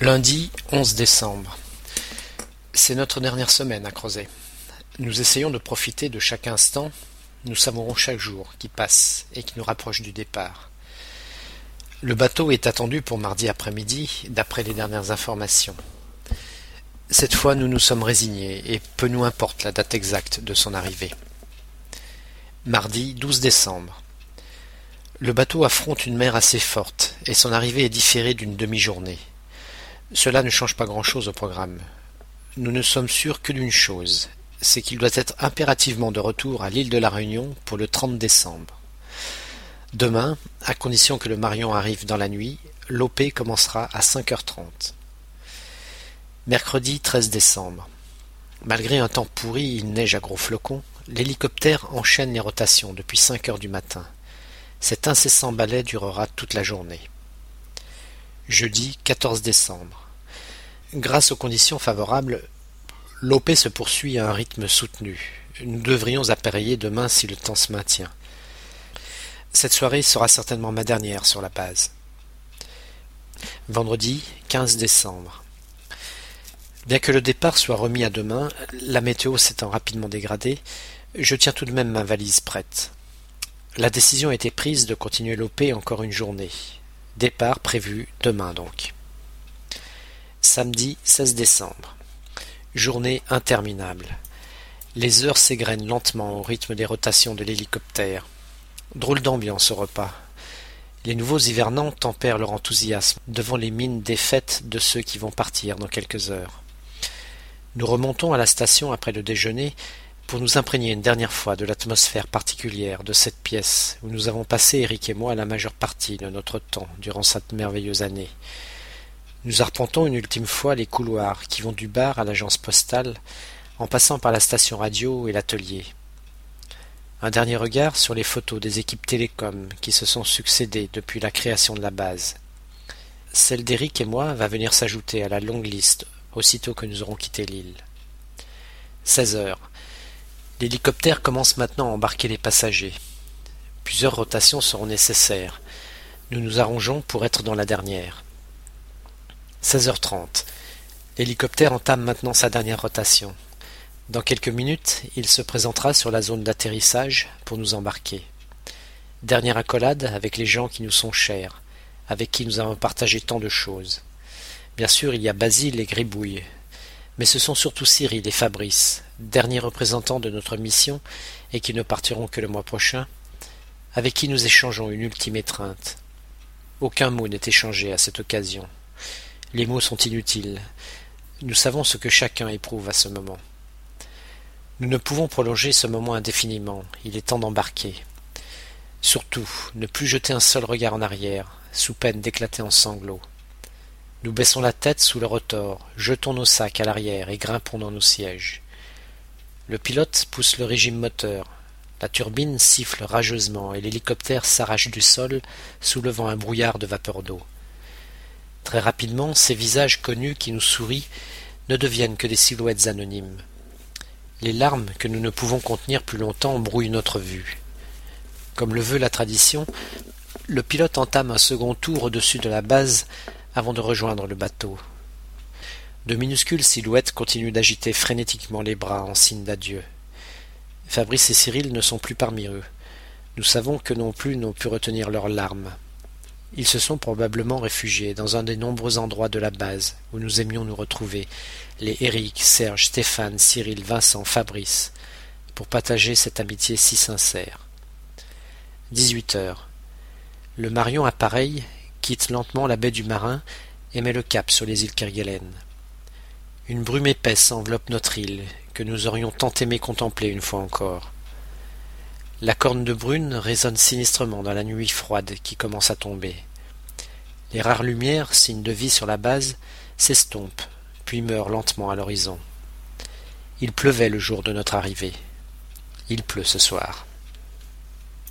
Lundi 11 décembre. C'est notre dernière semaine à Crozet. Nous essayons de profiter de chaque instant, nous savourons chaque jour qui passe et qui nous rapproche du départ. Le bateau est attendu pour mardi après-midi, d'après les dernières informations. Cette fois, nous nous sommes résignés et peu nous importe la date exacte de son arrivée. Mardi 12 décembre. Le bateau affronte une mer assez forte et son arrivée est différée d'une demi-journée. Cela ne change pas grand-chose au programme. Nous ne sommes sûrs que d'une chose, c'est qu'il doit être impérativement de retour à l'île de la Réunion pour le 30 décembre. Demain, à condition que le Marion arrive dans la nuit, l'OP commencera à 5h30. Mercredi 13 décembre. Malgré un temps pourri, il neige à gros flocons, l'hélicoptère enchaîne les rotations depuis 5h du matin. Cet incessant balai durera toute la journée. Jeudi 14 décembre. Grâce aux conditions favorables, l'OP se poursuit à un rythme soutenu. Nous devrions appareiller demain si le temps se maintient. Cette soirée sera certainement ma dernière sur la base. Vendredi 15 décembre. Bien que le départ soit remis à demain, la météo s'étant rapidement dégradée, je tiens tout de même ma valise prête. La décision a été prise de continuer l'OP encore une journée. Départ prévu demain donc. Samedi 16 décembre. Journée interminable. Les heures s'égrènent lentement au rythme des rotations de l'hélicoptère. Drôle d'ambiance au repas. Les nouveaux hivernants tempèrent leur enthousiasme devant les mines défaites de ceux qui vont partir dans quelques heures. Nous remontons à la station après le déjeuner pour nous imprégner une dernière fois de l'atmosphère particulière de cette pièce où nous avons passé, Eric et moi, la majeure partie de notre temps durant cette merveilleuse année. Nous arpentons une ultime fois les couloirs qui vont du bar à l'agence postale, en passant par la station radio et l'atelier. Un dernier regard sur les photos des équipes télécom qui se sont succédées depuis la création de la base. Celle d'Eric et moi va venir s'ajouter à la longue liste aussitôt que nous aurons quitté l'île. 16h. L'hélicoptère commence maintenant à embarquer les passagers. Plusieurs rotations seront nécessaires. Nous nous arrangeons pour être dans la dernière. 16h30. L'hélicoptère entame maintenant sa dernière rotation. Dans quelques minutes, il se présentera sur la zone d'atterrissage pour nous embarquer. Dernière accolade avec les gens qui nous sont chers, avec qui nous avons partagé tant de choses. Bien sûr, il y a Basile et Gribouille, mais ce sont surtout Cyril et Fabrice, derniers représentants de notre mission et qui ne partiront que le mois prochain, avec qui nous échangeons une ultime étreinte. Aucun mot n'est échangé à cette occasion. Les mots sont inutiles. Nous savons ce que chacun éprouve à ce moment. Nous ne pouvons prolonger ce moment indéfiniment. Il est temps d'embarquer. Surtout, ne plus jeter un seul regard en arrière, sous peine d'éclater en sanglots. Nous baissons la tête sous le rotor, jetons nos sacs à l'arrière et grimpons dans nos sièges. Le pilote pousse le régime moteur. La turbine siffle rageusement et l'hélicoptère s'arrache du sol, soulevant un brouillard de vapeur d'eau. Très rapidement, ces visages connus qui nous sourient ne deviennent que des silhouettes anonymes. Les larmes que nous ne pouvons contenir plus longtemps brouillent notre vue. Comme le veut la tradition, le pilote entame un second tour au-dessus de la base avant de rejoindre le bateau. De minuscules silhouettes continuent d'agiter frénétiquement les bras en signe d'adieu. Fabrice et Cyril ne sont plus parmi eux. Nous savons que non plus n'ont pu retenir leurs larmes. Ils se sont probablement réfugiés dans un des nombreux endroits de la base où nous aimions nous retrouver, les Éric, Serge, Stéphane, Cyril, Vincent, Fabrice, pour partager cette amitié si sincère. 18h. Le Marion appareille, quitte lentement la baie du Marin et met le cap sur les îles Kerguelen. Une brume épaisse enveloppe notre île, que nous aurions tant aimé contempler une fois encore. La corne de brune résonne sinistrement dans la nuit froide qui commence à tomber. Les rares lumières, signes de vie sur la base, s'estompent, puis meurent lentement à l'horizon. Il pleuvait le jour de notre arrivée. Il pleut ce soir.